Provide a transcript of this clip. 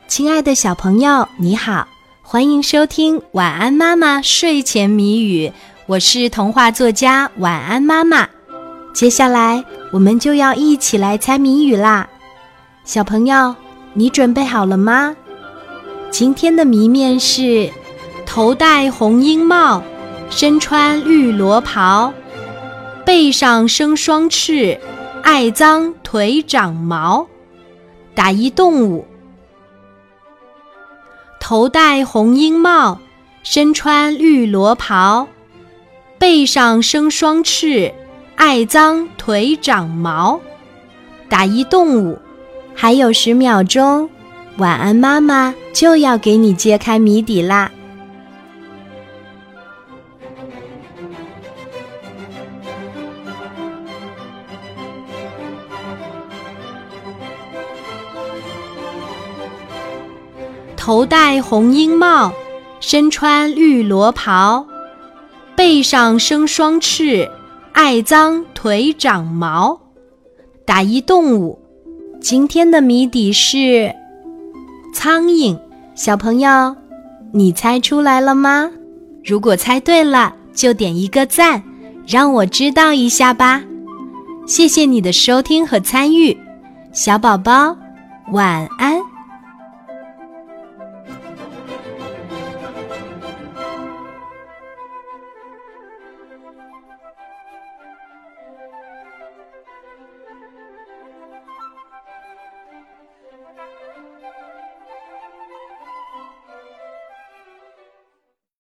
亲爱的小朋友，你好，欢迎收听晚安妈妈睡前谜语，我是童话作家晚安妈妈。接下来我们就要一起来猜谜语啦。小朋友，你准备好了吗？今天的谜面是头戴红缨帽，身穿绿罗袍，背上生双翅，爱脏腿长毛。打一动物。头戴红缨帽，身穿绿罗袍，背上生双翅，爱脏腿长毛。打一动物。还有10秒钟，晚安妈妈就要给你揭开谜底啦。头戴红缨帽，身穿绿罗袍，背上生双翅，爱脏腿长毛。打一动物。今天的谜底是苍蝇。小朋友，你猜出来了吗？如果猜对了，就点一个赞，让我知道一下吧。谢谢你的收听和参与，小宝宝，晚安。